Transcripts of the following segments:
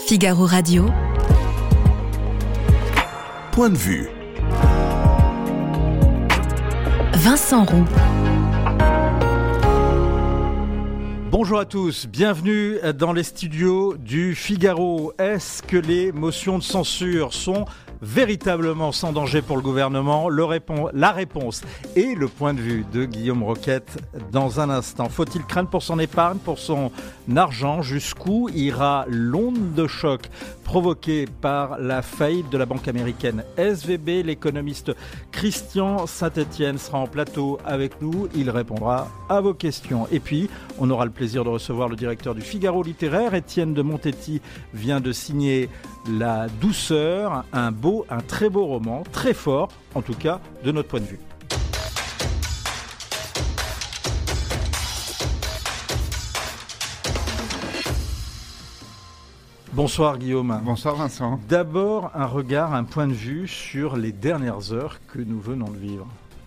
Figaro Radio. Point de vue. Vincent Roux. Bonjour à tous, bienvenue dans les studios du Figaro. Est-ce que les motions de censure sont véritablement sans danger pour le gouvernement? La réponse et le point de vue de Guillaume Roquette dans un instant. Faut-il craindre pour son épargne, pour son argent? Jusqu'où ira l'onde de choc provoquée par la faillite de la banque américaine SVB? L'économiste Christian Saint-Etienne sera en plateau avec nous. Il répondra à vos questions. Et puis, on aura le plaisir de recevoir le directeur du Figaro littéraire. Étienne de Montetti vient de signer La douceur, un très beau roman, très fort, en tout cas, de notre point de vue. Bonsoir Guillaume. Bonsoir Vincent. D'abord, un regard, un point de vue sur les dernières heures que nous venons de vivre.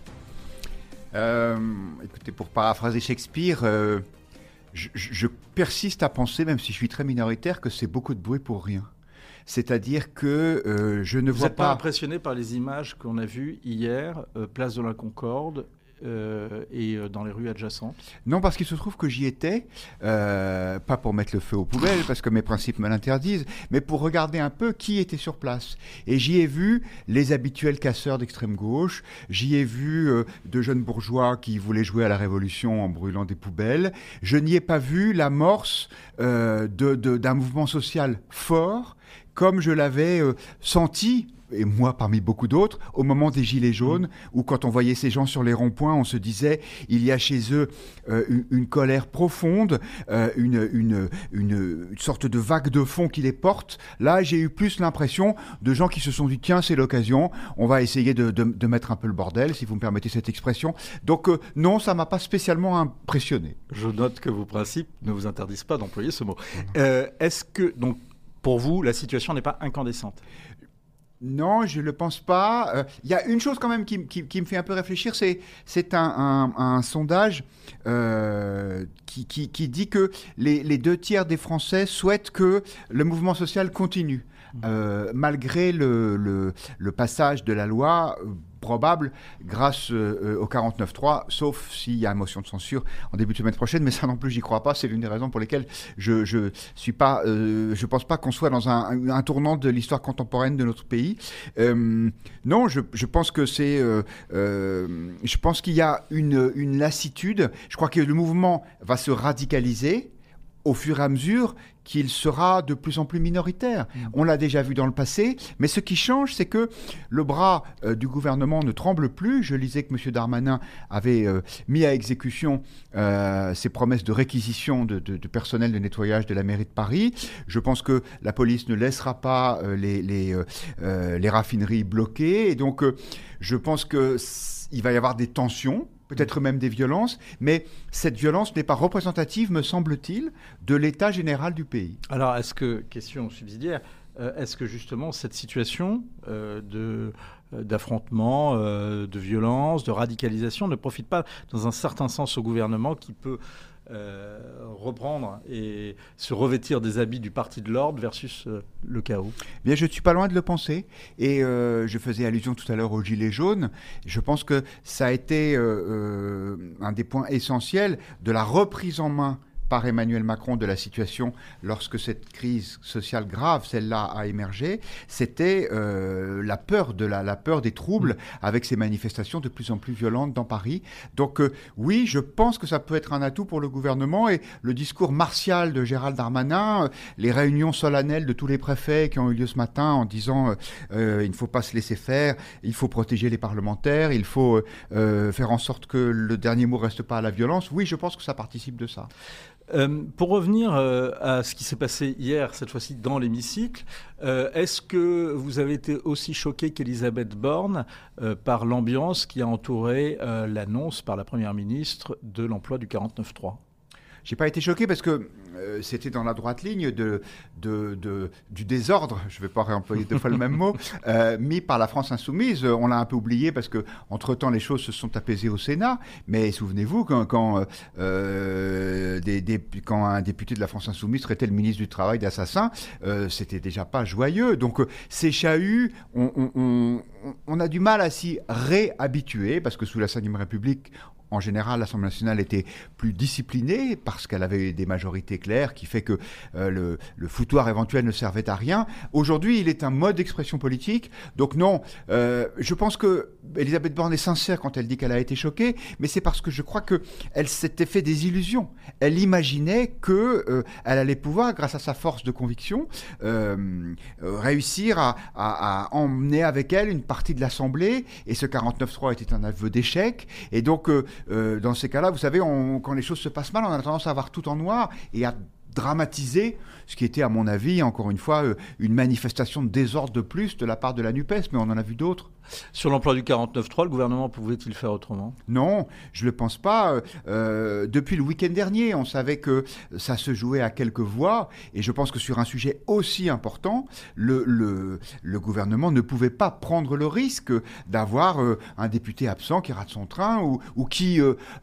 Écoutez, pour paraphraser Shakespeare, je persiste à penser, même si je suis très minoritaire, que c'est beaucoup de bruit pour rien. C'est-à-dire que je ne vois pas... Vous n'êtes pas impressionné par les images qu'on a vues hier, place de la Concorde et dans les rues adjacentes? Non, parce qu'il se trouve que j'y étais, pas pour mettre le feu aux poubelles, parce que mes principes me l'interdisent, mais pour regarder un peu qui était sur place. Et j'y ai vu les habituels casseurs d'extrême gauche, j'y ai vu de jeunes bourgeois qui voulaient jouer à la Révolution en brûlant des poubelles. Je n'y ai pas vu l'amorce d'un mouvement social fort, comme je l'avais senti, et moi parmi beaucoup d'autres, au moment des Gilets jaunes, où quand on voyait ces gens sur les ronds-points, on se disait, il y a chez eux une colère profonde, une sorte de vague de fond qui les porte. Là, j'ai eu plus l'impression de gens qui se sont dit, tiens, c'est l'occasion, on va essayer de mettre un peu le bordel, si vous me permettez cette expression. Donc non, ça ne m'a pas spécialement impressionné. Je note que vos principes ne vous interdisent pas d'employer ce mot. Est-ce que, donc, pour vous, la situation n'est pas incandescente? Non, je ne le pense pas. Il y a une chose quand même qui me fait un peu réfléchir, c'est un sondage qui dit que les 2/3 des Français souhaitent que le mouvement social continue, malgré le passage de la loi probable grâce au 49.3, sauf s'il y a motion de censure en début de semaine prochaine, mais ça non plus j'y crois pas. C'est l'une des raisons pour lesquelles je pense pas qu'on soit dans un tournant de l'histoire contemporaine de notre pays. Non, je pense que je pense qu'il y a une lassitude. Je crois que le mouvement va se radicaliser au fur et à mesure qu'il sera de plus en plus minoritaire. On l'a déjà vu dans le passé, mais ce qui change, c'est que le bras du gouvernement ne tremble plus. Je lisais que M. Darmanin avait mis à exécution ses promesses de réquisition de personnel de nettoyage de la mairie de Paris. Je pense que la police ne laissera pas les raffineries bloquées. Et donc, je pense qu'il va y avoir des tensions, peut-être même des violences, mais cette violence n'est pas représentative, me semble-t-il, de l'état général du pays. Alors, question subsidiaire, est-ce que justement cette situation d'affrontement, de violence, de radicalisation ne profite pas dans un certain sens au gouvernement qui peut reprendre et se revêtir des habits du parti de l'ordre versus le chaos? Bien, je ne suis pas loin de le penser, et je faisais allusion tout à l'heure aux Gilets jaunes. Je pense que ça a été un des points essentiels de la reprise en main par Emmanuel Macron de la situation lorsque cette crise sociale grave, celle-là, a émergé. C'était la peur des troubles avec ces manifestations de plus en plus violentes dans Paris. Donc oui, je pense que ça peut être un atout pour le gouvernement, et le discours martial de Gérald Darmanin, les réunions solennelles de tous les préfets qui ont eu lieu ce matin en disant il ne faut pas se laisser faire, il faut protéger les parlementaires, il faut faire en sorte que le dernier mot ne reste pas à la violence. Oui, je pense que ça participe de ça. Pour revenir à ce qui s'est passé hier, cette fois-ci dans l'hémicycle, est-ce que vous avez été aussi choqué qu'Elisabeth Borne par l'ambiance qui a entouré l'annonce par la Première ministre de l'emploi du 49.3 ? j'ai pas été choqué parce que c'était dans la droite ligne du désordre, je ne vais pas réemployer deux fois le même mot, mis par la France insoumise. On l'a un peu oublié parce que entre-temps les choses se sont apaisées au Sénat, mais souvenez-vous quand un député de la France insoumise traitait le ministre du Travail d'assassin, c'était déjà pas joyeux. Donc ces chahuts, on a du mal à s'y réhabituer parce que sous la Ve République, en général, l'Assemblée nationale était plus disciplinée parce qu'elle avait des majorités claires qui fait que le foutoir éventuel ne servait à rien. Aujourd'hui, il est un mode d'expression politique. Donc non, je pense que Elisabeth Borne est sincère quand elle dit qu'elle a été choquée, mais c'est parce que je crois qu'elle s'était fait des illusions. Elle imaginait qu'elle allait pouvoir, grâce à sa force de conviction, réussir à emmener avec elle une partie de l'Assemblée. Et ce 49-3 était un aveu d'échec. Et donc, dans ces cas-là, vous savez, quand les choses se passent mal, on a tendance à voir tout en noir et à dramatiser ce qui était, à mon avis, encore une fois, une manifestation de désordre de plus de la part de la NUPES, mais on en a vu d'autres. Sur l'emploi du 49.3, le gouvernement pouvait-il faire autrement ? Non, je ne le pense pas. Depuis le week-end dernier, on savait que ça se jouait à quelques voix, et je pense que sur un sujet aussi important, le gouvernement ne pouvait pas prendre le risque d'avoir un député absent qui rate son train ou qui...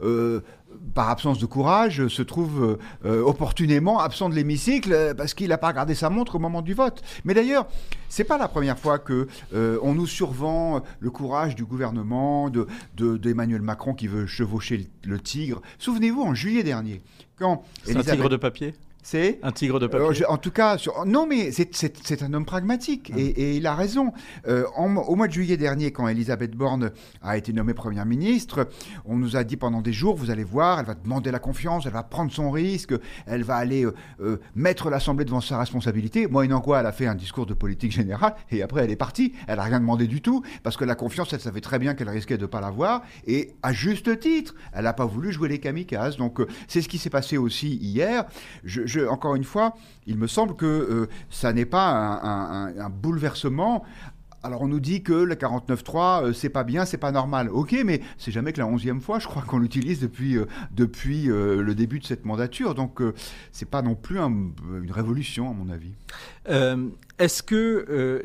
par absence de courage, se trouve opportunément absent de l'hémicycle parce qu'il n'a pas regardé sa montre au moment du vote. Mais d'ailleurs, c'est pas la première fois que on nous survend le courage du gouvernement, d'Emmanuel Macron qui veut chevaucher le tigre. Souvenez-vous, en juillet dernier, quand c'est un tigre de papier ? C'est un tigre de papier. En tout cas, non, mais c'est un homme pragmatique et il a raison. Au mois de juillet dernier, quand Elisabeth Borne a été nommée Première ministre, on nous a dit pendant des jours, vous allez voir, elle va demander la confiance, elle va prendre son risque, elle va aller mettre l'Assemblée devant sa responsabilité. Moyennant quoi, elle a fait un discours de politique générale et après elle est partie. Elle n'a rien demandé du tout parce que la confiance, elle savait très bien qu'elle risquait de ne pas l'avoir et à juste titre, elle n'a pas voulu jouer les kamikazes. Donc c'est ce qui s'est passé aussi hier. Encore une fois, il me semble que ça n'est pas un bouleversement. Alors on nous dit que le 49.3, c'est pas bien, c'est pas normal. Ok, mais c'est jamais que la 11e fois, je crois, qu'on l'utilise depuis le début de cette mandature. Donc c'est pas non plus une révolution, à mon avis. Est-ce que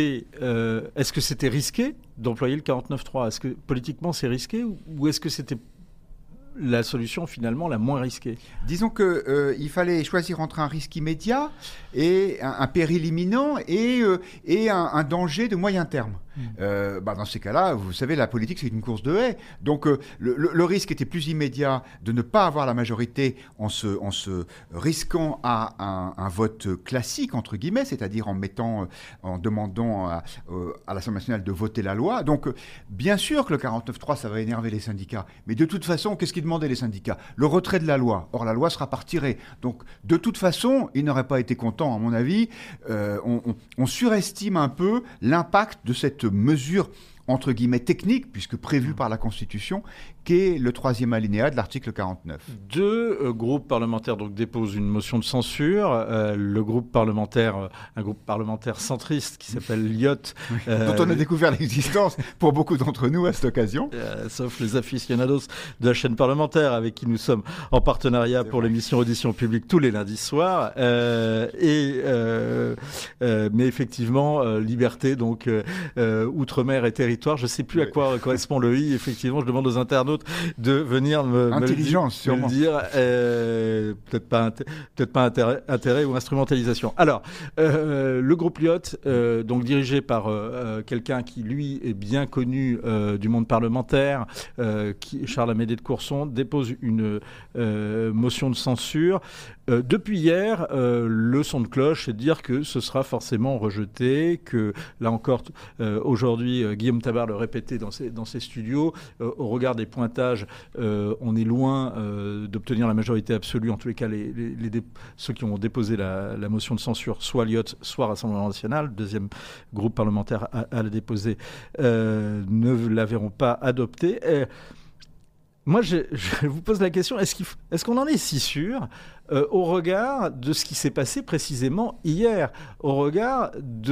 c'était risqué d'employer le 49.3 ? Est-ce que politiquement c'est risqué ou est-ce que c'était la solution finalement la moins risquée ? Disons qu'il fallait choisir entre un risque immédiat et un péril imminent et un danger de moyen terme. Dans ces cas-là, vous savez, la politique, c'est une course de haies. Donc, le risque était plus immédiat de ne pas avoir la majorité en se risquant à un vote classique, entre guillemets, c'est-à-dire en demandant à l'Assemblée nationale de voter la loi. Donc, bien sûr que le 49.3, ça va énerver les syndicats. Mais de toute façon, qu'est-ce qu'ils demandaient les syndicats ? Le retrait de la loi. Or, la loi sera pas retirée. Donc, de toute façon, ils n'auraient pas été contents, à mon avis. On surestime un peu l'impact de cette mesure entre guillemets technique, puisque prévue par la Constitution, qu'est le 3e alinéa de l'article 49. Deux groupes parlementaires donc déposent une motion de censure. Un groupe parlementaire centriste qui s'appelle LIOT, dont on a découvert l'existence pour beaucoup d'entre nous à cette occasion. Sauf les aficionados de la chaîne parlementaire avec qui nous sommes en partenariat pour l'émission Audition publique tous les lundis soirs. Mais effectivement, liberté, donc outre-mer et territoire. Je ne sais plus à quoi correspond le I. Effectivement, je demande aux internautes de venir me le dire. Peut-être pas intérêt ou instrumentalisation. Alors, le groupe LIOT, donc dirigé par quelqu'un qui, lui, est bien connu du monde parlementaire, Charles-Amédée de Courson, dépose une motion de censure. Depuis hier, le son de cloche, c'est de dire que ce sera forcément rejeté, que là encore, aujourd'hui, Guillaume Tabar le répétait dans ses studios, au regard des pointages, on est loin d'obtenir la majorité absolue, en tous les cas ceux qui ont déposé la motion de censure, soit LIOT, soit Rassemblement national, deuxième groupe parlementaire à la déposer, ne la verront pas adoptée. Moi, je vous pose la question, est-ce qu'on en est si sûr au regard de ce qui s'est passé précisément hier, au regard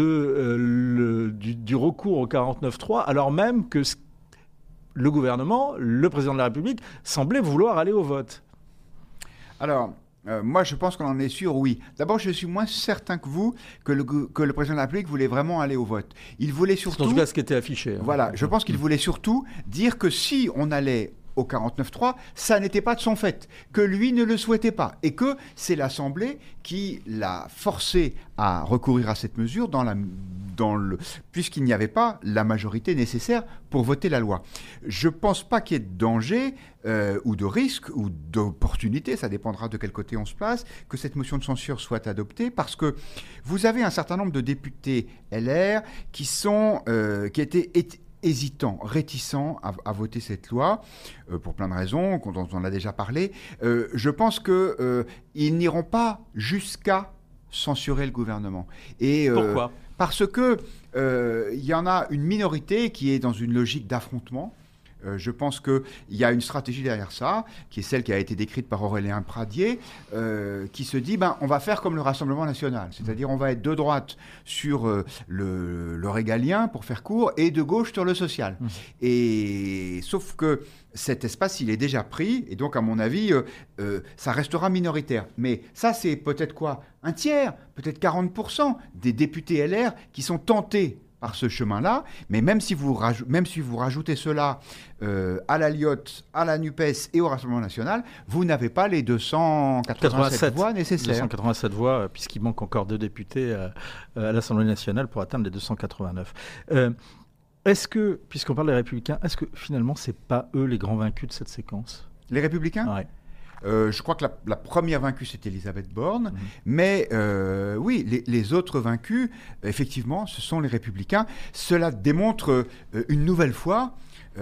du recours au 49.3, alors même que le gouvernement, le président de la République, semblait vouloir aller au vote ? Alors, moi, je pense qu'on en est sûr, oui. D'abord, je suis moins certain que vous que le président de la République voulait vraiment aller au vote. Il voulait surtout... C'est en tout cas ce qui était affiché. Voilà, je pense qu'il voulait surtout dire que si on allait au 49.3, ça n'était pas de son fait, que lui ne le souhaitait pas, et que c'est l'Assemblée qui l'a forcé à recourir à cette mesure puisqu'il n'y avait pas la majorité nécessaire pour voter la loi. Je ne pense pas qu'il y ait de danger ou de risque ou d'opportunité, ça dépendra de quel côté on se place, que cette motion de censure soit adoptée, parce que vous avez un certain nombre de députés LR qui étaient hésitants, réticents à voter cette loi, pour plein de raisons, dont on a déjà parlé. Je pense qu'ils n'iront pas jusqu'à censurer le gouvernement. Et, pourquoi ? Parce que il y en a une minorité qui est dans une logique d'affrontement. Je pense qu'il y a une stratégie derrière ça, qui est celle qui a été décrite par Aurélien Pradier, qui se dit on va faire comme le Rassemblement national, c'est-à-dire on va être de droite sur le régalien, pour faire court, et de gauche sur le social. Et sauf que cet espace, il est déjà pris, et donc à mon avis, ça restera minoritaire. Mais ça, c'est peut-être quoi ? Un tiers, peut-être 40% des députés LR qui sont tentés par ce chemin-là, mais même si vous rajoutez cela à la Lyotte, à la NUPES et au Rassemblement national, vous n'avez pas les 287 voix nécessaires. 287 voix, puisqu'il manque encore 2 députés à l'Assemblée nationale pour atteindre les 289. Est-ce que, puisqu'on parle des Républicains, est-ce que finalement, ce n'est pas eux les grands vaincus de cette séquence ? Les Républicains ? Ouais. Je crois que la première vaincue, c'était Elisabeth Borne. Mais oui, les autres vaincus, effectivement, ce sont les Républicains. Cela démontre une nouvelle fois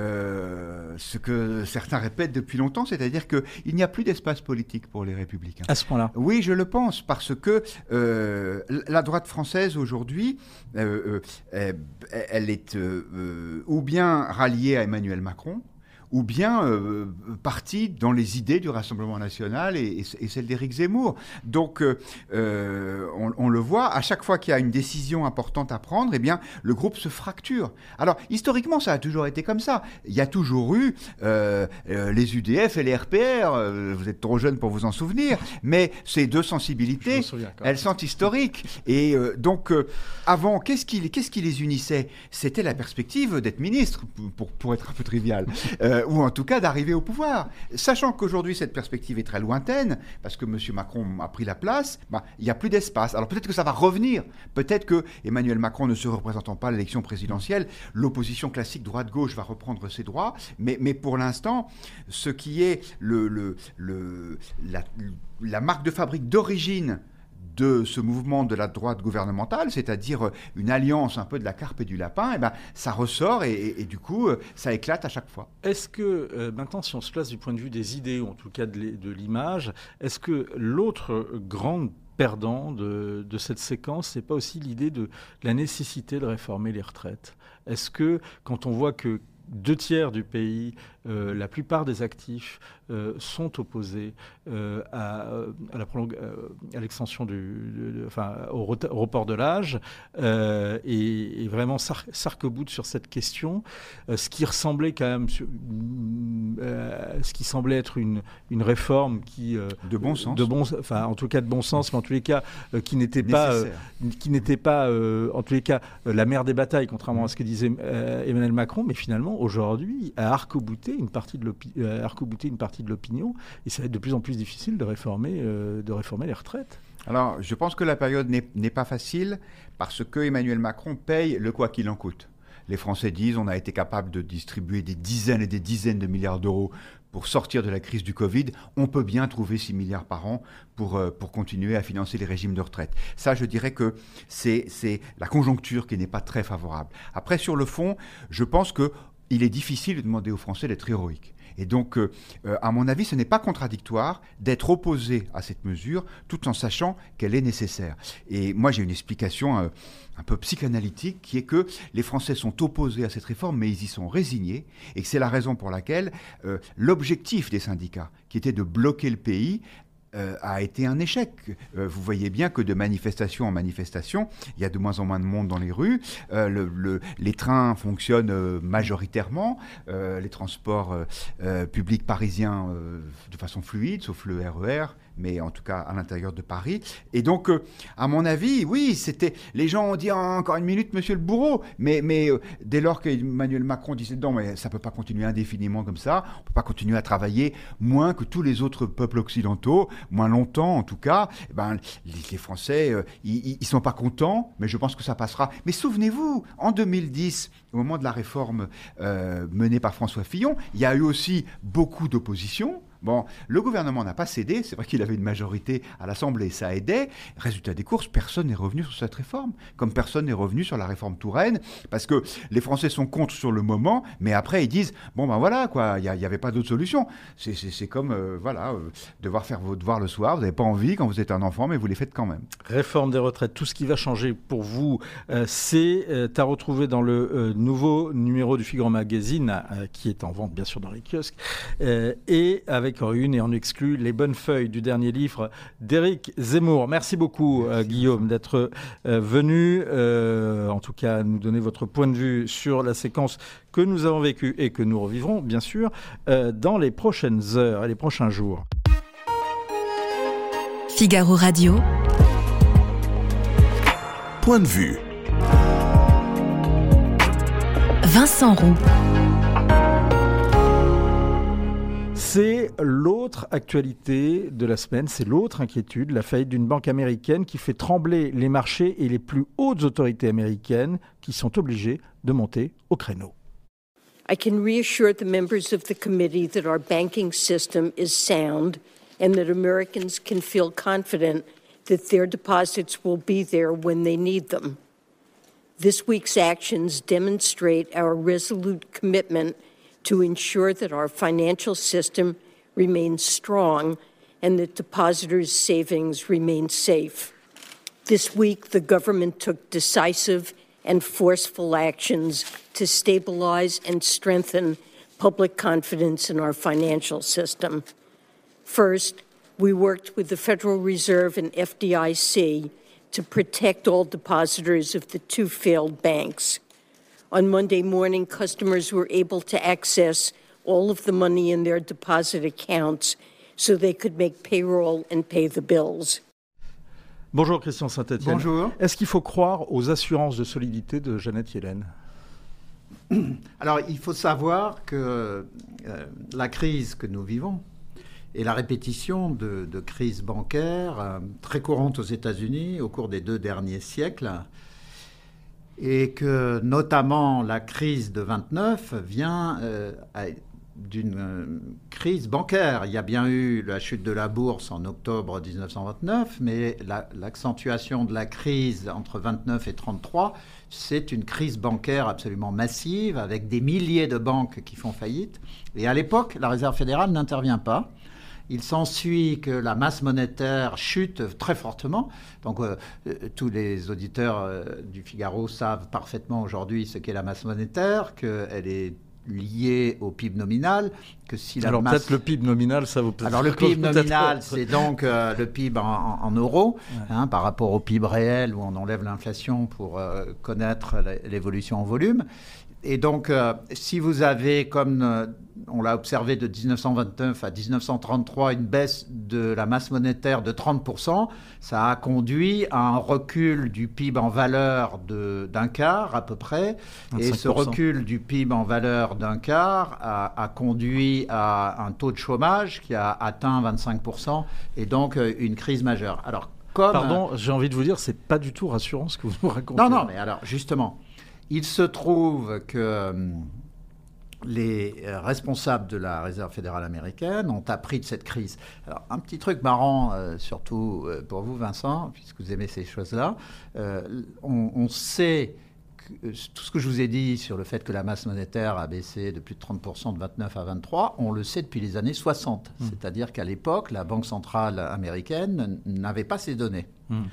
ce que certains répètent depuis longtemps, c'est-à-dire qu'il n'y a plus d'espace politique pour les Républicains. À ce point-là ? Oui, je le pense, parce que la droite française, aujourd'hui, elle est ou bien ralliée à Emmanuel Macron, ou bien partie dans les idées du Rassemblement national et celle d'Éric Zemmour. Donc, on le voit, à chaque fois qu'il y a une décision importante à prendre, eh bien, le groupe se fracture. Alors, historiquement, ça a toujours été comme ça. Il y a toujours eu les UDF et les RPR, vous êtes trop jeune pour vous en souvenir, mais ces deux sensibilités, elles sont historiques. Et donc, avant, qu'est-ce qui les unissait ? C'était la perspective d'être ministre, pour être un peu trivial. Ou en tout cas d'arriver au pouvoir. Sachant qu'aujourd'hui, cette perspective est très lointaine, parce que M. Macron a pris la place, il n'y a plus d'espace. Alors peut-être que ça va revenir. Peut-être que Emmanuel Macron ne se représentant pas à l'élection présidentielle, l'opposition classique droite-gauche va reprendre ses droits. Mais pour l'instant, ce qui est la marque de fabrique d'origine de ce mouvement de la droite gouvernementale, c'est-à-dire une alliance un peu de la carpe et du lapin, ça ressort et du coup, ça éclate à chaque fois. Est-ce que, maintenant, si on se place du point de vue des idées, ou en tout cas de l'image, est-ce que l'autre grande perdant de cette séquence, c'est pas aussi l'idée de la nécessité de réformer les retraites ? Est-ce que, quand on voit que 2/3 du pays, la plupart des actifs sont opposés à l'extension au report de l'âge et vraiment s'arc-boutent sur cette question, ce qui ressemblait quand même, ce qui semblait être une réforme qui de bon sens, en tout cas de bon sens, mais en tous les cas qui n'était pas en tous les cas la mère des batailles, contrairement à ce que disait Emmanuel Macron, mais finalement aujourd'hui a arc-bouté une partie de l'opinion, et ça va être de plus en plus difficile de réformer les retraites. Alors, je pense que la période n'est pas facile, parce que Emmanuel Macron paye le quoi qu'il en coûte. Les Français disent on a été capable de distribuer des dizaines et des dizaines de milliards d'euros pour sortir de la crise du Covid. On peut bien trouver 6 milliards par an pour continuer à financer les régimes de retraite. Ça, je dirais que c'est la conjoncture qui n'est pas très favorable. Après, sur le fond, je pense qu'il est difficile de demander aux Français d'être héroïques. Et donc, à mon avis, ce n'est pas contradictoire d'être opposé à cette mesure, tout en sachant qu'elle est nécessaire. Et moi, j'ai une explication un peu psychanalytique, qui est que les Français sont opposés à cette réforme, mais ils y sont résignés, et que c'est la raison pour laquelle l'objectif des syndicats, qui était de bloquer le pays, a été un échec. Vous voyez bien que de manifestation en manifestation, il y a de moins en moins de monde dans les rues, les trains fonctionnent majoritairement, les transports publics parisiens de façon fluide, sauf le RER, mais en tout cas à l'intérieur de Paris. Et donc, à mon avis, oui, les gens ont dit encore une minute, monsieur le bourreau, mais dès lors qu'Emmanuel Macron disait non, mais ça ne peut pas continuer indéfiniment comme ça, on ne peut pas continuer à travailler moins que tous les autres peuples occidentaux, moins longtemps en tout cas, les Français, ils ne sont pas contents, mais je pense que ça passera. Mais souvenez-vous, en 2010, au moment de la réforme menée par François Fillon, il y a eu aussi beaucoup d'opposition. Bon, le gouvernement n'a pas cédé, c'est vrai qu'il avait une majorité à l'Assemblée, ça aidait. Résultat des courses, personne n'est revenu sur cette réforme, comme personne n'est revenu sur la réforme Touraine, parce que les Français sont contre sur le moment, mais après ils disent, voilà, quoi, il n'y avait pas d'autre solution. C'est comme, devoir faire vos devoirs le soir, vous n'avez pas envie quand vous êtes un enfant, mais vous les faites quand même. Réforme des retraites, tout ce qui va changer pour vous, c'est à retrouver dans le nouveau numéro du Figaro Magazine, qui est en vente bien sûr dans les kiosques, et avec en une et en exclu les bonnes feuilles du dernier livre d'Éric Zemmour. Merci beaucoup Guillaume d'être venu, en tout cas nous donner votre point de vue sur la séquence que nous avons vécue et que nous revivrons bien sûr dans les prochaines heures et les prochains jours. Figaro Radio. Point de vue. Vincent Roux. C'est l'autre actualité de la semaine, c'est l'autre inquiétude, la faillite d'une banque américaine qui fait trembler les marchés et les plus hautes autorités américaines qui sont obligées de monter au créneau. I can reassure the members of the committee that our banking system is sound and that Americans can feel confident that their deposits will be there when they need them. This week's actions demonstrate our resolute commitment to ensure that our financial system remains strong and that depositors' savings remain safe. This week, the government took decisive and forceful actions to stabilize and strengthen public confidence in our financial system. First, we worked with the Federal Reserve and FDIC to protect all depositors of the two failed banks. On Monday morning, customers were able to access all of the money in their deposit accounts so they could make payroll and pay the bills. Bonjour Christian Saint-Etienne. Bonjour. Est-ce qu'il faut croire aux assurances de solidité de Janet Yellen ? Alors, il faut savoir que la crise que nous vivons est la répétition de crises bancaires très courantes aux États-Unis au cours des 2 derniers siècles, et que notamment la crise de 29 vient d'une crise bancaire. Il y a bien eu la chute de la bourse en octobre 1929, mais l'accentuation de la crise entre 29 et 33, c'est une crise bancaire absolument massive, avec des milliers de banques qui font faillite. Et à l'époque, la Réserve fédérale n'intervient pas. Il s'ensuit que la masse monétaire chute très fortement. Donc, tous les auditeurs du Figaro savent parfaitement aujourd'hui ce qu'est la masse monétaire, qu'elle est liée au PIB nominal. Que si Alors, peut-être le PIB nominal, ça vous peut-être... Alors, le PIB nominal, c'est donc le PIB en euros, ouais. Par rapport au PIB réel, où on enlève l'inflation pour connaître l'évolution en volume. Et donc, si vous avez, comme on l'a observé de 1929 à 1933, une baisse de la masse monétaire de 30%, ça a conduit à un recul du PIB en valeur d'un quart à peu près. 25%. Et ce recul du PIB en valeur d'un quart a conduit à un taux de chômage qui a atteint 25%, et donc une crise majeure. Alors, Pardon, j'ai envie de vous dire, c'est pas du tout rassurant ce que vous nous racontez. Non, mais alors, justement... Il se trouve que les responsables de la Réserve fédérale américaine ont appris de cette crise. Alors, un petit truc marrant, surtout pour vous, Vincent, puisque vous aimez ces choses-là. On sait tout ce que je vous ai dit sur le fait que la masse monétaire a baissé de plus de 30% de 29 à 23, on le sait depuis les années 60. C'est-à-dire qu'à l'époque, la Banque centrale américaine n'avait pas ces données.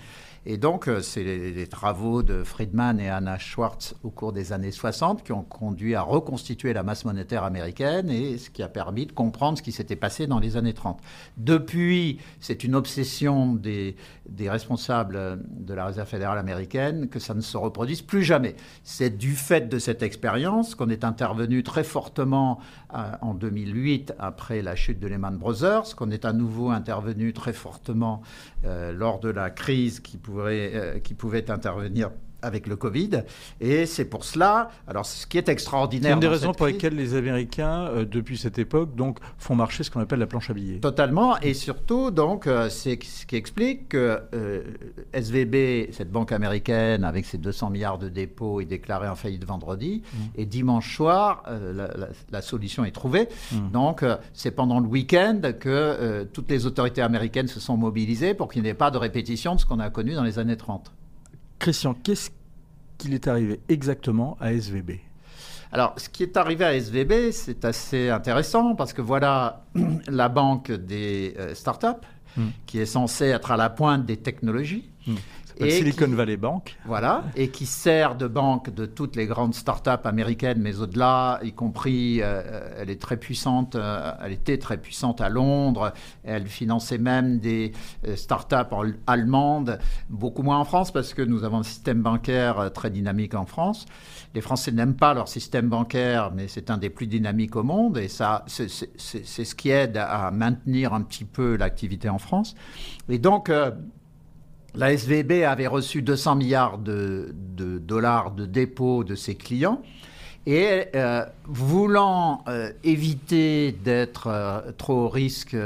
Et donc, c'est les travaux de Friedman et Anna Schwartz au cours des années 60 qui ont conduit à reconstituer la masse monétaire américaine et ce qui a permis de comprendre ce qui s'était passé dans les années 30. Depuis, c'est une obsession des responsables de la Réserve fédérale américaine que ça ne se reproduise plus jamais. C'est du fait de cette expérience qu'on est intervenu très fortement en 2008 après la chute de Lehman Brothers, qu'on est à nouveau intervenu très fortement lors de la crise qui pouvait intervenir avec le Covid. Et c'est pour cela, alors ce qui est extraordinaire... C'est une des raisons pour lesquelles les Américains, depuis cette époque, donc, font marcher ce qu'on appelle la planche à billets. Totalement, et surtout, donc, c'est ce qui explique que SVB, cette banque américaine, avec ses 200 milliards de dépôts, est déclarée en faillite vendredi, et dimanche soir, la solution est trouvée. Donc, c'est pendant le week-end que toutes les autorités américaines se sont mobilisées pour qu'il n'y ait pas de répétition de ce qu'on a connu dans les années 30. Christian, qu'est-ce qu'il est arrivé exactement à SVB ? Alors, ce qui est arrivé à SVB, c'est assez intéressant parce que voilà la banque des startups qui est censée être à la pointe des technologies. Et Silicon Valley Bank. Voilà, et qui sert de banque de toutes les grandes startups américaines, mais au-delà, y compris, elle est très puissante, elle était très puissante à Londres, elle finançait même des startups allemandes, beaucoup moins en France, parce que nous avons un système bancaire très dynamique en France. Les Français n'aiment pas leur système bancaire, mais c'est un des plus dynamiques au monde, et ça, c'est ce qui aide à maintenir un petit peu l'activité en France. Et donc... la SVB avait reçu 200 milliards de dollars de dépôts de ses clients et voulant éviter d'être trop au risque,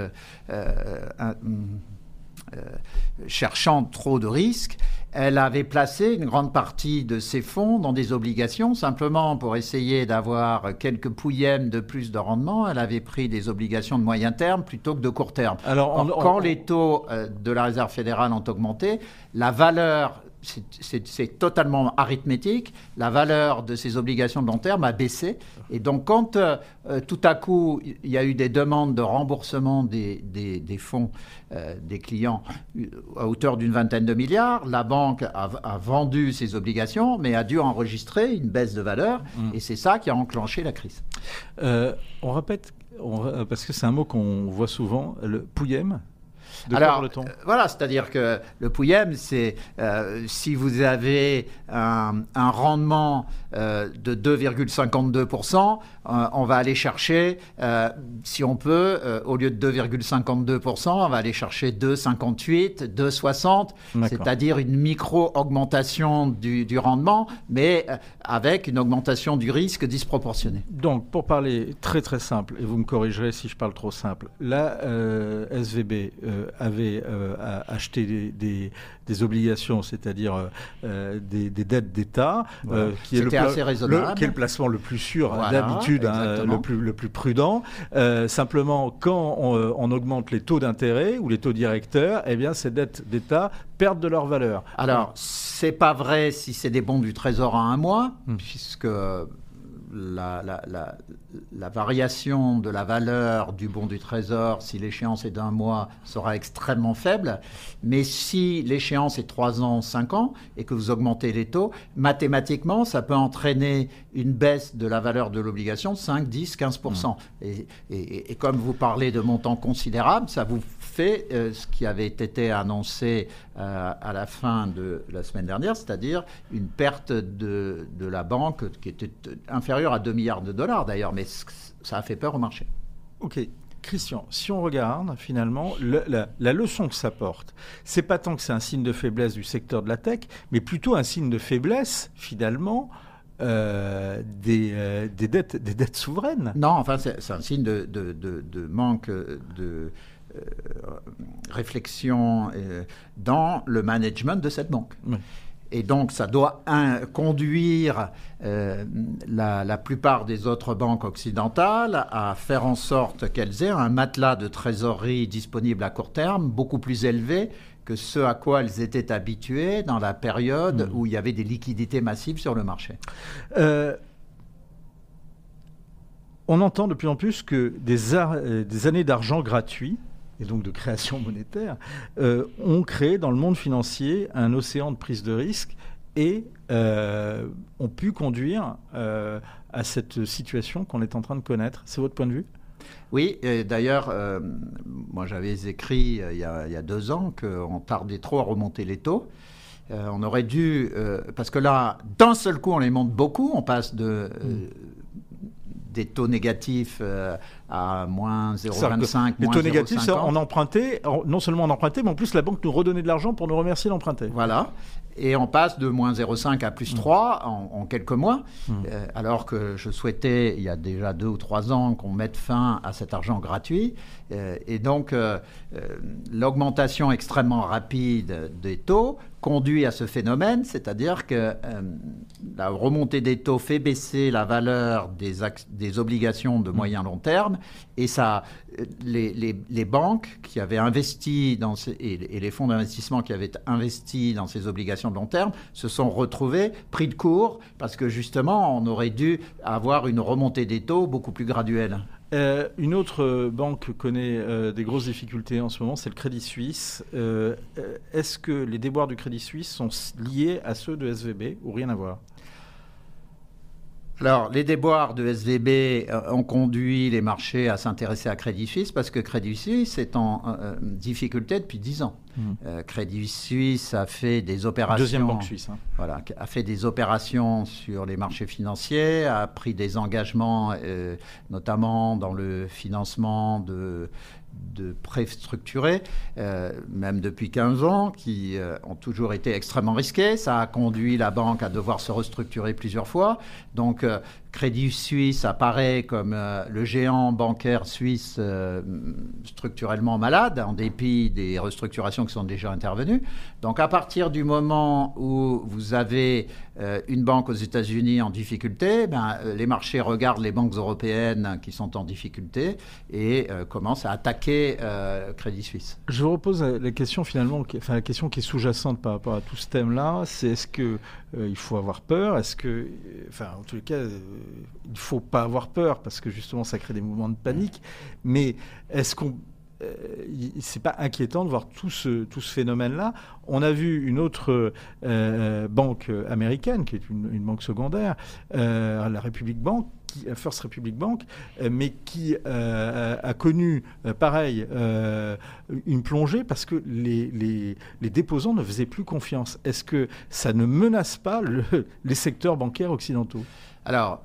cherchant trop de risques, elle avait placé une grande partie de ses fonds dans des obligations, simplement pour essayer d'avoir quelques pouillèmes de plus de rendement. Elle avait pris des obligations de moyen terme plutôt que de court terme. Alors, quand les taux de la Réserve fédérale ont augmenté, la valeur... C'est totalement arithmétique. La valeur de ces obligations de long terme a baissé. Et donc, quand tout à coup, il y a eu des demandes de remboursement des fonds des clients à hauteur d'une vingtaine de milliards, la banque a vendu ses obligations, mais a dû enregistrer une baisse de valeur. Et c'est ça qui a enclenché la crise. On répète, parce que c'est un mot qu'on voit souvent, le pouillème. Alors, voilà, c'est-à-dire que le pouillème, c'est si vous avez un rendement de 2,52%, on va aller chercher, si on peut, au lieu de 2,52%, on va aller chercher 2,58, 2,60, c'est-à-dire une micro-augmentation du rendement, mais avec une augmentation du risque disproportionnée. Donc, pour parler très très simple, et vous me corrigerez si je parle trop simple, la SVB avait acheté des obligations, c'est-à-dire des dettes d'État, qui est le placement le plus sûr, d'habitude, le plus prudent. Simplement, quand on augmente les taux d'intérêt ou les taux directeurs, eh bien, ces dettes d'État perdent de leur valeur. Alors, c'est pas vrai si c'est des bons du Trésor à un mois, puisque... La variation de la valeur du bon du Trésor, si l'échéance est d'un mois, sera extrêmement faible. Mais si l'échéance est 3 ans, 5 ans, et que vous augmentez les taux, mathématiquement, ça peut entraîner une baisse de la valeur de l'obligation de 5, 10, 15%. Et comme vous parlez de montants considérables, ça vous fait ce qui avait été annoncé à la fin de la semaine dernière, c'est-à-dire une perte de la banque qui était inférieure à 2 milliards de dollars d'ailleurs, mais ça a fait peur au marché. Ok. Christian, si on regarde finalement la leçon que ça porte, c'est pas tant que c'est un signe de faiblesse du secteur de la tech, mais plutôt un signe de faiblesse finalement des dettes souveraines. Non, enfin c'est un signe de manque de réflexion dans le management de cette banque. Oui. Et donc, ça doit conduire la plupart des autres banques occidentales à faire en sorte qu'elles aient un matelas de trésorerie disponible à court terme beaucoup plus élevé que ce à quoi elles étaient habituées dans la période où il y avait des liquidités massives sur le marché. On entend de plus en plus que des années d'argent gratuit et donc de création monétaire, ont créé dans le monde financier un océan de prise de risque et ont pu conduire à cette situation qu'on est en train de connaître. C'est votre point de vue ? Oui, et d'ailleurs, moi j'avais écrit il y a 2 ans qu'on tardait trop à remonter les taux. On aurait dû, parce que là, d'un seul coup, on les monte beaucoup, on passe des taux négatifs à moins 0,25, les moins taux négatifs, 0,50. on empruntait, non seulement on empruntait, mais en plus la banque nous redonnait de l'argent pour nous remercier d'emprunter. Voilà. Et on passe de moins 0,5 à plus 3 en quelques mois, alors que je souhaitais, il y a déjà 2 ou 3 ans, qu'on mette fin à cet argent gratuit. Et donc, l'augmentation extrêmement rapide des taux conduit à ce phénomène, c'est-à-dire que la remontée des taux fait baisser la valeur des obligations de moyen long terme, et ça, les banques qui avaient investi et les fonds d'investissement qui avaient investi dans ces obligations de long terme se sont retrouvés pris de court, parce que justement, on aurait dû avoir une remontée des taux beaucoup plus graduelle. Une autre banque connaît des grosses difficultés en ce moment, c'est le Crédit Suisse. Est-ce que les déboires du Crédit Suisse sont liés à ceux de SVB ou rien à voir ? Alors, les déboires de SVB ont conduit les marchés à s'intéresser à Crédit Suisse, parce que Crédit Suisse est en difficulté depuis 10 ans. Crédit Suisse a fait des opérations... Deuxième banque suisse. Voilà, a fait des opérations sur les marchés financiers, a pris des engagements, notamment dans le financement de prêts structurés, même depuis 15 ans, qui ont toujours été extrêmement risqués. Ça a conduit la banque à devoir se restructurer plusieurs fois. Donc, Crédit Suisse apparaît comme le géant bancaire suisse structurellement malade, en dépit des restructurations qui sont déjà intervenues. Donc, à partir du moment où vous avez une banque aux États-Unis en difficulté, les marchés regardent les banques européennes qui sont en difficulté et commencent à attaquer Crédit Suisse. Je vous repose la question finalement, la question qui est sous-jacente par rapport à tout ce thème-là, c'est est-ce que il faut avoir peur ? Est-ce que, en tous les cas, il ne faut pas avoir peur parce que justement ça crée des mouvements de panique. Mais est-ce qu'on c'est pas inquiétant de voir tout ce phénomène-là ? On a vu une autre banque américaine, qui est une banque secondaire, la Republic Bank, First Republic Bank, mais qui a connu, pareil, une plongée parce que les déposants ne faisaient plus confiance. Est-ce que ça ne menace pas les secteurs bancaires occidentaux ? Alors,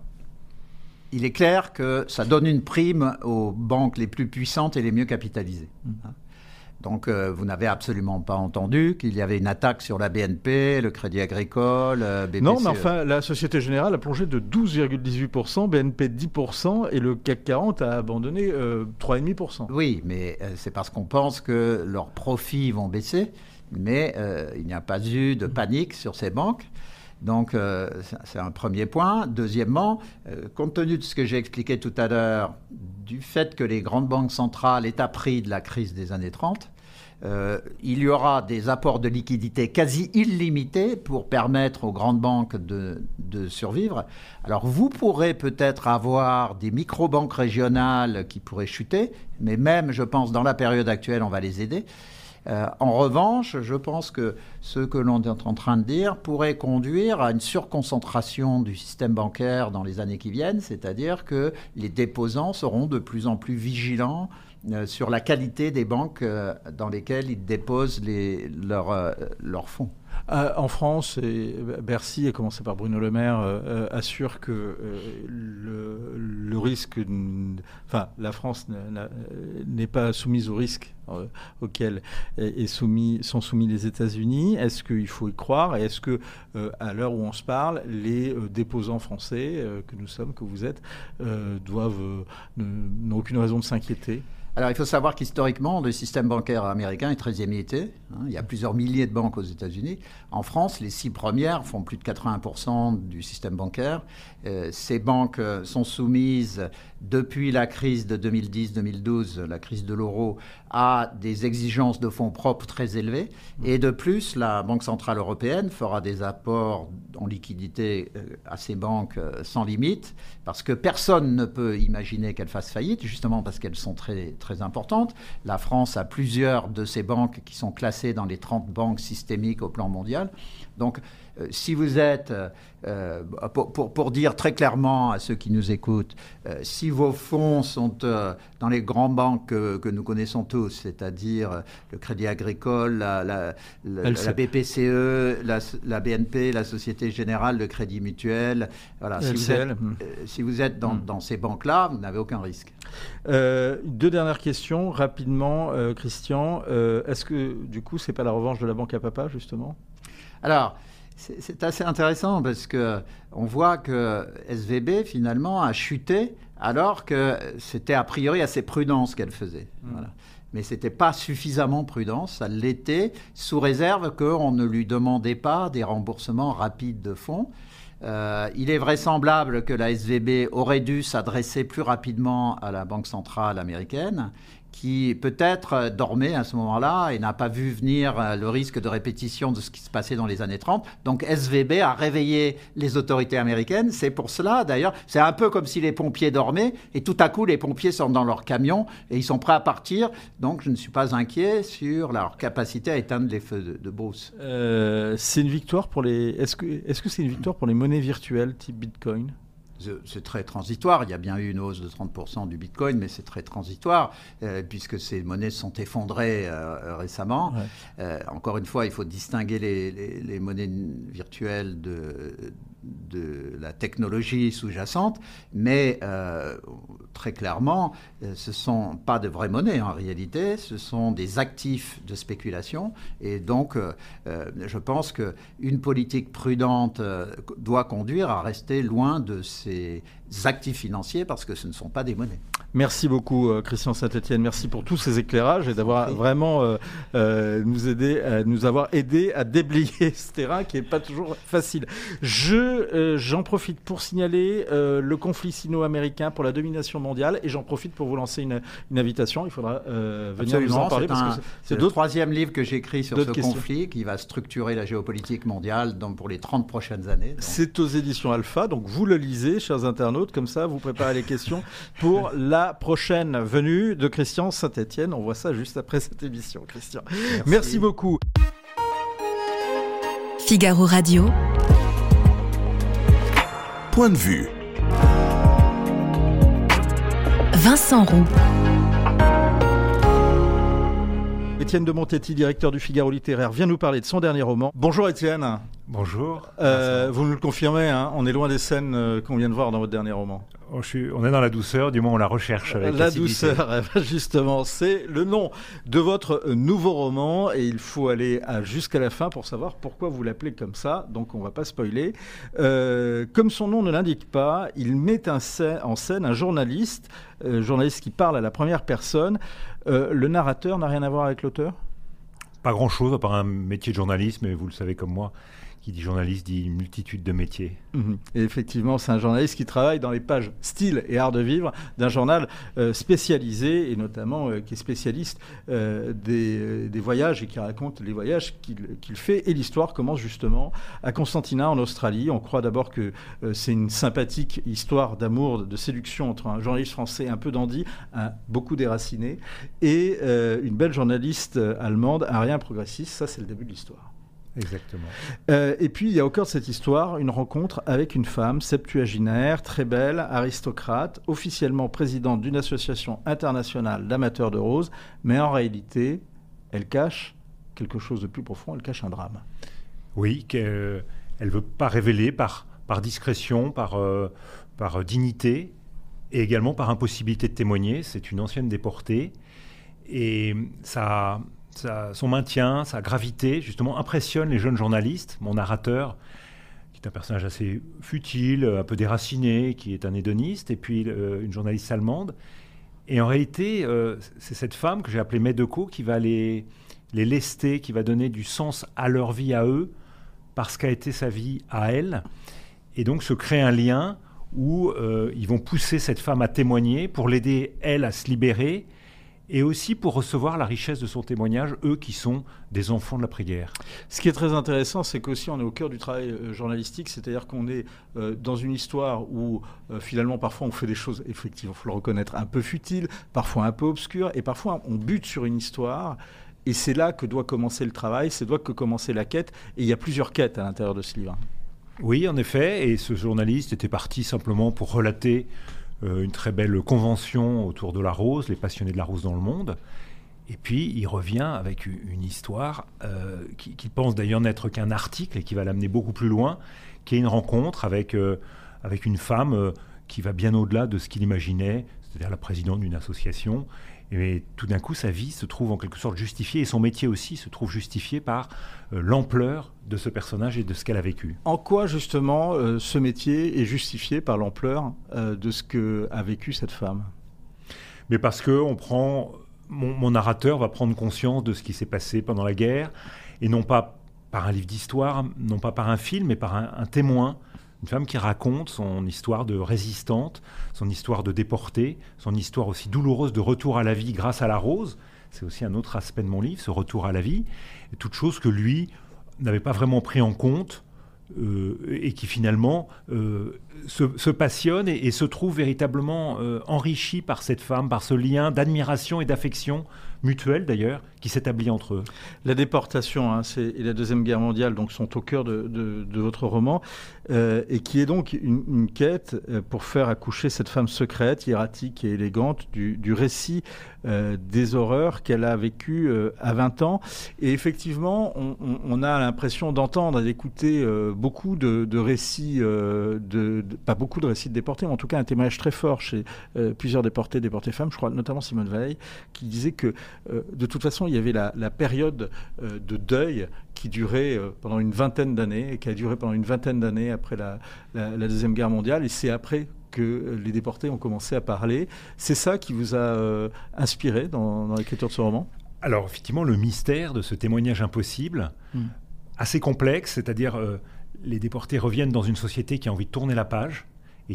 il est clair que ça donne une prime aux banques les plus puissantes et les mieux capitalisées. Donc, vous n'avez absolument pas entendu qu'il y avait une attaque sur la BNP, le Crédit Agricole, BPCE. Non, mais enfin, la Société Générale a plongé de 12,18%, BNP de 10%, et le CAC 40 a abandonné 3,5%. Oui, mais c'est parce qu'on pense que leurs profits vont baisser, mais il n'y a pas eu de panique sur ces banques. Donc, c'est un premier point. Deuxièmement, compte tenu de ce que j'ai expliqué tout à l'heure, du fait que les grandes banques centrales aient appris de la crise des années 30, il y aura des apports de liquidités quasi illimités pour permettre aux grandes banques de survivre. Alors, vous pourrez peut-être avoir des micro-banques régionales qui pourraient chuter, mais même, je pense, dans la période actuelle, on va les aider. En revanche, je pense que ce que l'on est en train de dire pourrait conduire à une surconcentration du système bancaire dans les années qui viennent, c'est-à-dire que les déposants seront de plus en plus vigilants sur la qualité des banques dans lesquelles ils déposent leurs fonds. En France, Bercy, à commencer par Bruno Le Maire, assure que le risque, la France n'est pas soumise au risque auquel sont soumis les États-Unis. Est-ce qu'il faut y croire ? Et est-ce que, à l'heure où on se parle, les déposants français que nous sommes, que vous êtes, n'ont aucune raison de s'inquiéter ? Alors, il faut savoir qu'historiquement, le système bancaire américain est très émietté. Il y a plusieurs milliers de banques aux États-Unis. En France, les 6 premières font plus de 80% du système bancaire. Ces banques sont soumises, depuis la crise de 2010-2012, la crise de l'euro, à des exigences de fonds propres très élevées. Et de plus, la Banque centrale européenne fera des apports en liquidité à ces banques sans limite, parce que personne ne peut imaginer qu'elles fassent faillite, justement parce qu'elles sont très très importante. La France a plusieurs de ces banques qui sont classées dans les 30 banques systémiques au plan mondial. Donc, si vous êtes, pour dire très clairement à ceux qui nous écoutent, si vos fonds sont dans les grandes banques que nous connaissons tous, c'est-à-dire le Crédit Agricole, la BPCE, la BNP, la Société Générale, le Crédit Mutuel, voilà, si vous êtes dans ces banques-là, vous n'avez aucun risque. 2 dernières questions, rapidement, Christian. Est-ce que, du coup, c'est pas la revanche de la banque à papa, justement ? Alors, c'est assez intéressant parce qu'on voit que SVB, finalement, a chuté alors que c'était a priori assez prudent ce qu'elle faisait. Voilà. Mais ce n'était pas suffisamment prudent, ça l'était, sous réserve qu'on ne lui demandait pas des remboursements rapides de fonds. Il est vraisemblable que la SVB aurait dû s'adresser plus rapidement à la Banque centrale américaine, qui peut-être dormait à ce moment-là et n'a pas vu venir le risque de répétition de ce qui se passait dans les années 30. Donc SVB a réveillé les autorités américaines. C'est pour cela, d'ailleurs, c'est un peu comme si les pompiers dormaient et tout à coup les pompiers sont dans leur camion et ils sont prêts à partir. Donc je ne suis pas inquiet sur leur capacité à éteindre les feux de brousse. C'est une victoire pour les... Est-ce que c'est une victoire pour les monnaies virtuelles type Bitcoin ? C'est très transitoire. Il y a bien eu une hausse de 30% du Bitcoin, mais c'est très transitoire puisque ces monnaies sont effondrées récemment. Ouais. Encore une fois, il faut distinguer les monnaies virtuelles de la technologie sous-jacente, mais très clairement, ce ne sont pas de vraies monnaies en réalité, ce sont des actifs de spéculation. Et donc, je pense qu'une politique prudente doit conduire à rester loin de ces actifs financiers parce que ce ne sont pas des monnaies. Merci beaucoup Christian Saint-Etienne, merci pour tous ces éclairages et d'avoir vraiment nous avoir aidé à déblayer ce terrain qui n'est pas toujours facile. J'en profite pour signaler le conflit sino-américain pour la domination mondiale et j'en profite pour vous lancer une invitation. Il faudra venir nous en parler parce que c'est le 3e livre que j'écris sur ce conflit qui va structurer la géopolitique mondiale pour les 30 prochaines années. Donc. C'est aux éditions Alpha, donc vous le lisez, chers internautes, comme ça vous préparez les questions pour la prochaine venue de Christian Saint-Etienne. On voit ça juste après cette émission, Christian. Merci beaucoup. Figaro Radio. Point de vue. Vincent Roux. Étienne de Montetti, directeur du Figaro littéraire, vient nous parler de son dernier roman. Bonjour Étienne. Bonjour. Vous nous le confirmez, hein, on est loin des scènes qu'on vient de voir dans votre dernier roman. On est dans la douceur, du moins on la recherche avec la douceur, justement, c'est le nom de votre nouveau roman et il faut aller jusqu'à la fin pour savoir pourquoi vous l'appelez comme ça, donc on ne va pas spoiler. Comme son nom ne l'indique pas, il met en scène un journaliste qui parle à la première personne. Le narrateur n'a rien à voir avec l'auteur ? Pas grand-chose, à part un métier de journaliste, mais vous le savez comme moi. Qui dit journaliste dit une multitude de métiers. Et effectivement, c'est un journaliste qui travaille dans les pages style et art de vivre d'un journal spécialisé et notamment qui est spécialiste des voyages et qui raconte les voyages qu'il fait. Et l'histoire commence justement à Constantina en Australie. On croit d'abord que c'est une sympathique histoire d'amour, de séduction entre un journaliste français un peu dandy, beaucoup déraciné, et une belle journaliste allemande, un rien progressiste. Ça, c'est le début de l'histoire. Exactement. Et puis, il y a au cœur de cette histoire une rencontre avec une femme septuagénaire, très belle, aristocrate, officiellement présidente d'une association internationale d'amateurs de roses, mais en réalité, elle cache quelque chose de plus profond, elle cache un drame. Oui, qu'elle ne veut pas révéler par discrétion, par dignité, et également par impossibilité de témoigner. C'est une ancienne déportée, et son maintien, sa gravité, justement, impressionne les jeunes journalistes. Mon narrateur, qui est un personnage assez futile, un peu déraciné, qui est un hédoniste, et puis une journaliste allemande. Et en réalité, c'est cette femme que j'ai appelée Medeko qui va les lester, qui va donner du sens à leur vie à eux, parce qu'a été sa vie à elle. Et donc se crée un lien où ils vont pousser cette femme à témoigner pour l'aider, elle, à se libérer, et aussi pour recevoir la richesse de son témoignage, eux qui sont des enfants de l'après-guerre. Ce qui est très intéressant, c'est qu'aussi on est au cœur du travail journalistique, c'est-à-dire qu'on est dans une histoire où finalement parfois on fait des choses, effectivement, il faut le reconnaître, un peu futiles, parfois un peu obscures, et parfois on bute sur une histoire, et c'est là que doit commencer le travail, c'est là que commencer la quête, et il y a plusieurs quêtes à l'intérieur de ce livre. Oui, en effet, et ce journaliste était parti simplement pour relater une très belle convention autour de la rose, les passionnés de la rose dans le monde. Et puis, il revient avec une histoire qui pense d'ailleurs n'être qu'un article et qui va l'amener beaucoup plus loin, qui est une rencontre avec une femme qui va bien au-delà de ce qu'il imaginait, c'est-à-dire la présidente d'une association. Et tout d'un coup, sa vie se trouve en quelque sorte justifiée, et son métier aussi se trouve justifié par l'ampleur de ce personnage et de ce qu'elle a vécu. En quoi, justement, ce métier est justifié par l'ampleur de ce qu'a vécu cette femme ? Mais parce que mon narrateur va prendre conscience de ce qui s'est passé pendant la guerre, et non pas par un livre d'histoire, non pas par un film, mais par un témoin. Une femme qui raconte son histoire de résistante, son histoire de déportée, son histoire aussi douloureuse de retour à la vie grâce à la rose. C'est aussi un autre aspect de mon livre, ce retour à la vie. Et toute chose que lui n'avait pas vraiment pris en compte et qui finalement se passionne et se trouve véritablement enrichi par cette femme, par ce lien d'admiration et d'affection mutuelle d'ailleurs, qui s'établit entre eux. La déportation et la Deuxième Guerre mondiale donc, sont au cœur de votre roman, et qui est donc une quête pour faire accoucher cette femme secrète, hiératique et élégante du récit des horreurs qu'elle a vécues à 20 ans. Et effectivement, on a l'impression d'entendre et d'écouter beaucoup de récits, pas beaucoup de récits de déportés, mais en tout cas un témoignage très fort chez plusieurs déportés femmes, je crois notamment Simone Veil, qui disait que de toute façon, il y avait la période de deuil qui durait pendant une vingtaine d'années, et qui a duré pendant une vingtaine d'années après la Deuxième Guerre mondiale, et c'est après que les déportés ont commencé à parler. C'est ça qui vous a inspiré dans l'écriture de ce roman ? Alors, effectivement, le mystère de ce témoignage impossible, assez complexe, c'est-à-dire les déportés reviennent dans une société qui a envie de tourner la page,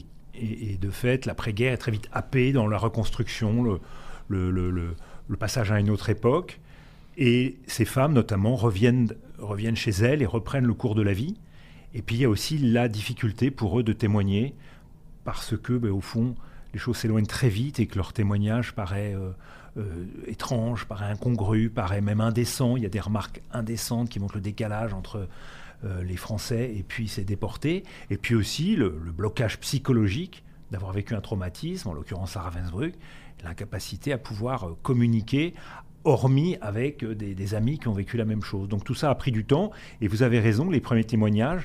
et de fait, l'après-guerre est très vite happée dans la reconstruction, le passage à une autre époque, et ces femmes notamment reviennent chez elles et reprennent le cours de la vie. Et puis il y a aussi la difficulté pour eux de témoigner parce que au fond les choses s'éloignent très vite et que leur témoignage paraît étrange, paraît incongru, paraît même indécent. Il y a des remarques indécentes qui montrent le décalage entre les Français et puis ces déportés, et puis aussi le blocage psychologique d'avoir vécu un traumatisme, en l'occurrence à Ravensbrück, l'incapacité à pouvoir communiquer, hormis avec des amis qui ont vécu la même chose. Donc tout ça a pris du temps, et vous avez raison, les premiers témoignages,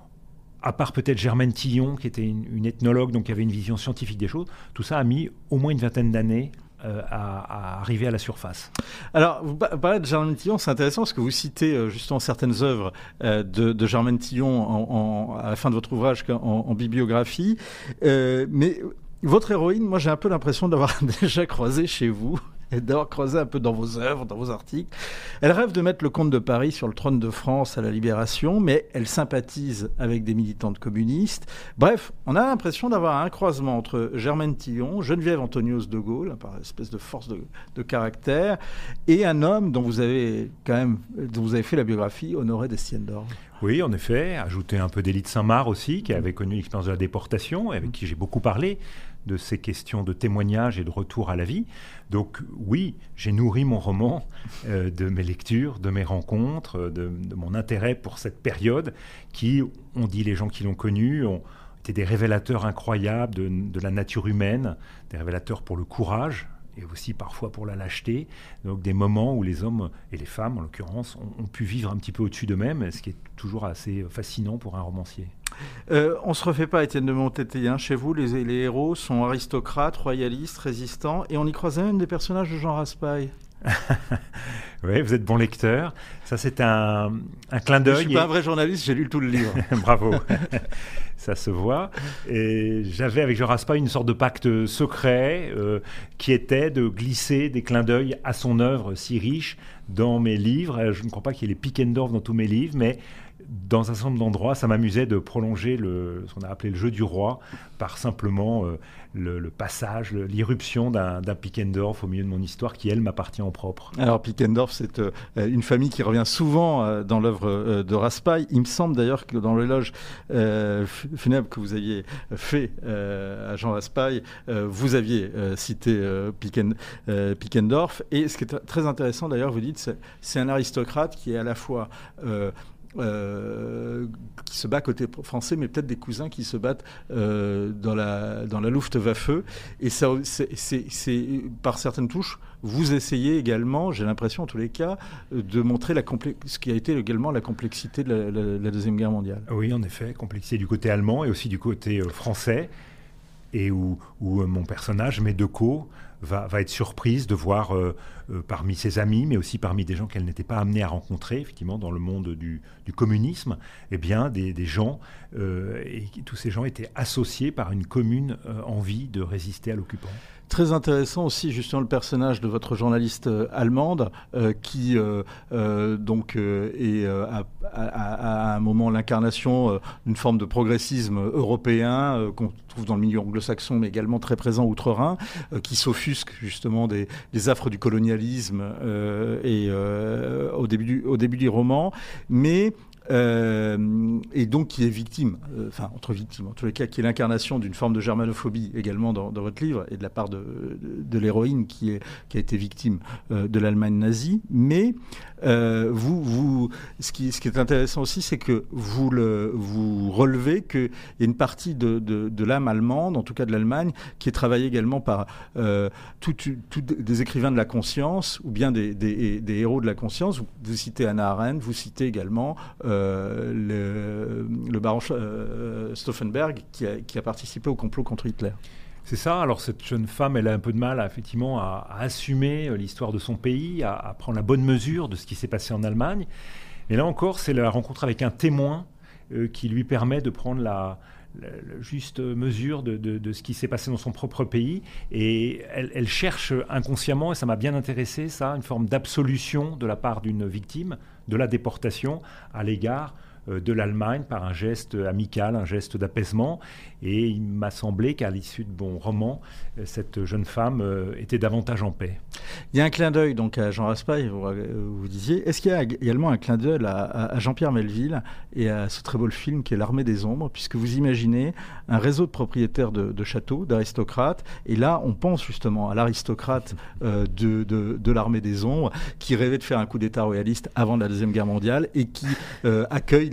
à part peut-être Germaine Tillon, qui était une ethnologue, donc qui avait une vision scientifique des choses, tout ça a mis au moins une vingtaine d'années à arriver à la surface. Alors, vous parlez de Germaine Tillon, c'est intéressant parce que vous citez justement certaines œuvres de Germaine Tillon à la fin de votre ouvrage en bibliographie, mais votre héroïne, moi j'ai un peu l'impression d'avoir déjà croisé chez vous, et d'avoir croisé un peu dans vos œuvres, dans vos articles. Elle rêve de mettre le comte de Paris sur le trône de France à la Libération, mais elle sympathise avec des militantes communistes. Bref, on a l'impression d'avoir un croisement entre Germaine Tillon, Geneviève Antonios de Gaulle, par espèce de force de caractère, et un homme dont vous avez fait la biographie, Honoré d'Estienne d'Orge. Oui, en effet, ajouter un peu d'Élie de Saint-Marc aussi, qui avait connu l'expérience de la déportation, et avec qui j'ai beaucoup parlé de ces questions de témoignage et de retour à la vie. Donc oui, j'ai nourri mon roman de mes lectures, de mes rencontres, de mon intérêt pour cette période qui, on dit les gens qui l'ont connue, ont été des révélateurs incroyables de la nature humaine, des révélateurs pour le courage, et aussi parfois pour la lâcheté, donc des moments où les hommes et les femmes, en l'occurrence, ont pu vivre un petit peu au-dessus d'eux-mêmes, ce qui est toujours assez fascinant pour un romancier. On ne se refait pas, Étienne de Montetti. Chez vous, les héros sont aristocrates, royalistes, résistants, et on y croisait même des personnages de Jean Raspail. Oui, vous êtes bon lecteur. Ça, c'est un clin d'œil. Je ne suis pas un vrai journaliste, j'ai lu tout le livre. Bravo. Ça se voit. Et j'avais avec Jean Raspail une sorte de pacte secret qui était de glisser des clins d'œil à son œuvre si riche dans mes livres. Je ne crois pas qu'il y ait les Pickendorf dans tous mes livres, mais dans un certain nombre d'endroits, ça m'amusait de prolonger ce qu'on a appelé le jeu du roi par simplement le passage, l'irruption d'un Pickendorf au milieu de mon histoire qui, elle, m'appartient en propre. Alors Pickendorf, c'est une famille qui revient souvent dans l'œuvre de Raspail. Il me semble d'ailleurs que dans l'éloge funèbre que vous aviez fait à Jean Raspail, vous aviez cité Pickendorf. Et ce qui est très intéressant d'ailleurs, vous dites, c'est un aristocrate qui est à la fois... qui se bat côté français, mais peut-être des cousins qui se battent dans la Luftwaffe. Et ça, c'est par certaines touches, vous essayez également, j'ai l'impression en tous les cas, de montrer ce qui a été également la complexité de la Deuxième Guerre mondiale. Oui, en effet, complexité du côté allemand et aussi du côté français, et où mon personnage, Medeko, va être surprise de voir parmi ses amis, mais aussi parmi des gens qu'elle n'était pas amenée à rencontrer, effectivement, dans le monde du communisme, eh bien, des gens, et tous ces gens étaient associés par une commune envie de résister à l'occupant. Très intéressant aussi justement le personnage de votre journaliste allemande qui donc est à un moment l'incarnation d'une forme de progressisme européen qu'on trouve dans le milieu anglo-saxon mais également très présent outre-Rhin, qui s'offusque justement des affres du colonialisme au début du roman, mais et donc qui est victime, entre victimes, en tous les cas, qui est l'incarnation d'une forme de germanophobie également dans votre livre, et de la part de l'héroïne qui a été victime de l'Allemagne nazie. Mais ce qui est intéressant aussi, c'est que vous relevez qu'il y a une partie de l'âme allemande, en tout cas de l'Allemagne, qui est travaillée également par des écrivains de la conscience, ou bien des héros de la conscience. Vous citez Hannah Arendt, vous citez également le baron Stauffenberg qui a participé au complot contre Hitler. C'est ça. Alors cette jeune femme, elle a un peu de mal effectivement à assumer l'histoire de son pays, à prendre la bonne mesure de ce qui s'est passé en Allemagne. Et là encore, c'est la rencontre avec un témoin qui lui permet de prendre la juste mesure de ce qui s'est passé dans son propre pays. Et elle cherche inconsciemment, et ça m'a bien intéressé, ça, une forme d'absolution de la part d'une victime de la déportation à l'égard de l'Allemagne par un geste amical, un geste d'apaisement. Et il m'a semblé qu'à l'issue de mon roman, cette jeune femme était davantage en paix. Il y a un clin d'œil donc à Jean Raspail, vous disiez. Est-ce qu'il y a également un clin d'œil à Jean-Pierre Melville et à ce très beau film qui est L'Armée des Ombres, puisque vous imaginez un réseau de propriétaires de châteaux, d'aristocrates, et là on pense justement à l'aristocrate de l'Armée des Ombres qui rêvait de faire un coup d'État royaliste avant la Deuxième Guerre mondiale et qui accueille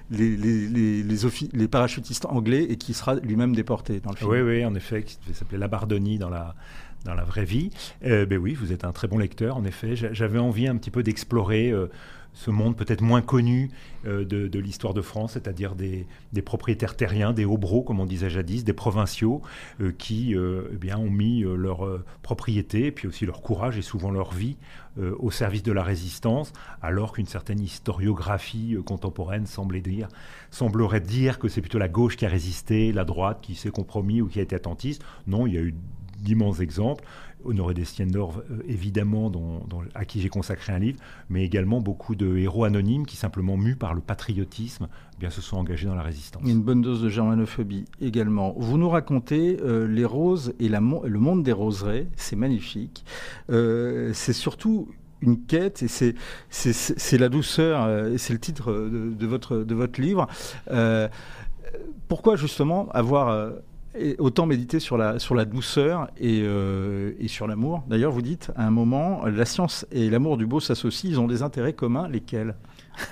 les parachutistes anglais et qui sera lui-même déporté dans le film. Oui, en effet, qui s'appelait Labardoni dans la vraie vie. Oui, vous êtes un très bon lecteur, en effet. J'avais envie un petit peu d'explorer ce monde peut-être moins connu de l'histoire de France, c'est-à-dire des propriétaires terriens, des hobereaux, comme on disait jadis, des provinciaux qui ont mis leur propriété, et puis aussi leur courage et souvent leur vie au service de la résistance, alors qu'une certaine historiographie contemporaine semblerait dire que c'est plutôt la gauche qui a résisté, la droite qui s'est compromis ou qui a été attentiste. Non, il y a eu d'immenses exemples. Honoré Destienne-d'Or, évidemment, à qui j'ai consacré un livre, mais également beaucoup de héros anonymes qui, simplement mus par le patriotisme, se sont engagés dans la résistance. Une bonne dose de germanophobie également. Vous nous racontez les roses et le monde des roseraies, c'est magnifique. C'est surtout une quête, et c'est la douceur, et c'est le titre de votre livre. Pourquoi justement avoir... et autant méditer sur la douceur et sur l'amour. D'ailleurs, vous dites, à un moment, la science et l'amour du beau s'associent, ils ont des intérêts communs, lesquels ?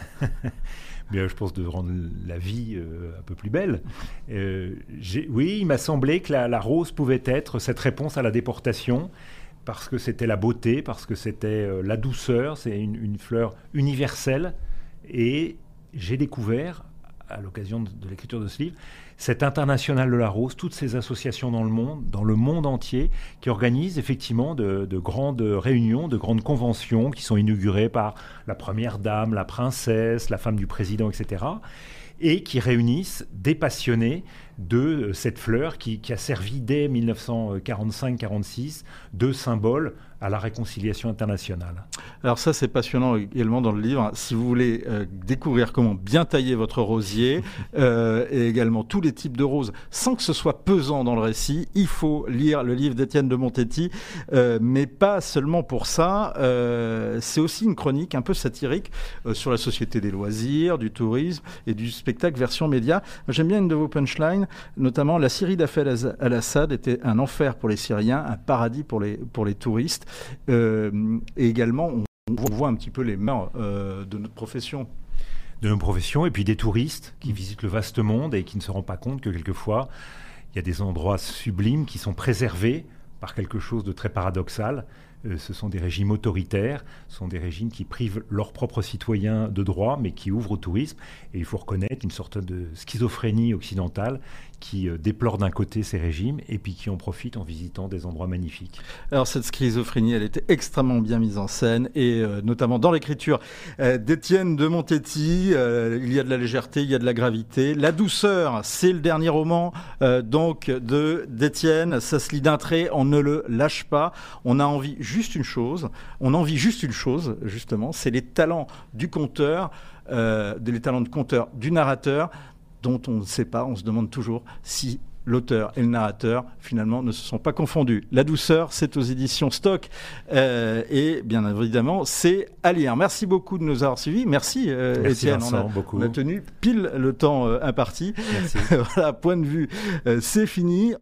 Je pense de rendre la vie un peu plus belle. Oui, il m'a semblé que la rose pouvait être cette réponse à la déportation, parce que c'était la beauté, parce que c'était la douceur, c'est une fleur universelle. Et j'ai découvert, à l'occasion de l'écriture de ce livre, cette internationale de la rose, toutes ces associations dans le monde entier, qui organisent effectivement de grandes réunions, de grandes conventions qui sont inaugurées par la première dame, la princesse, la femme du président, etc., et qui réunissent des passionnés de cette fleur qui a servi dès 1945-46 de symbole à la réconciliation internationale. Alors ça, c'est passionnant également dans le livre. Si vous voulez découvrir comment bien tailler votre rosier et également tous les types de roses sans que ce soit pesant dans le récit, il faut lire le livre d'Étienne de Montetti, mais pas seulement pour ça. C'est aussi une chronique un peu satirique sur la société des loisirs, du tourisme et du spectacle version média. J'aime bien une de vos punchlines, notamment la Syrie d'Afel al-Assad était un enfer pour les Syriens, un paradis pour les touristes. Et également, on voit un petit peu les mœurs de notre profession. De nos professions, et puis des touristes qui visitent le vaste monde et qui ne se rendent pas compte que quelquefois, il y a des endroits sublimes qui sont préservés par quelque chose de très paradoxal. Ce sont des régimes autoritaires, ce sont des régimes qui privent leurs propres citoyens de droits, mais qui ouvrent au tourisme. Et il faut reconnaître une sorte de schizophrénie occidentale qui déplore d'un côté ces régimes et puis qui en profite en visitant des endroits magnifiques. Alors cette schizophrénie, elle était extrêmement bien mise en scène et notamment dans l'écriture d'Étienne de Montetti, il y a de la légèreté, il y a de la gravité. La douceur, c'est le dernier roman donc d'Étienne, ça se lit d'un trait, on ne le lâche pas, on a envie juste une chose, justement, c'est les talents du conteur, les talents de conteur, du narrateur, dont on ne sait pas, on se demande toujours si l'auteur et le narrateur, finalement, ne se sont pas confondus. La douceur, c'est aux éditions Stock. Et bien évidemment, c'est à lire. Merci beaucoup de nous avoir suivis. Merci, Étienne. Beaucoup. On a tenu pile le temps imparti. Merci. Voilà, point de vue, c'est fini.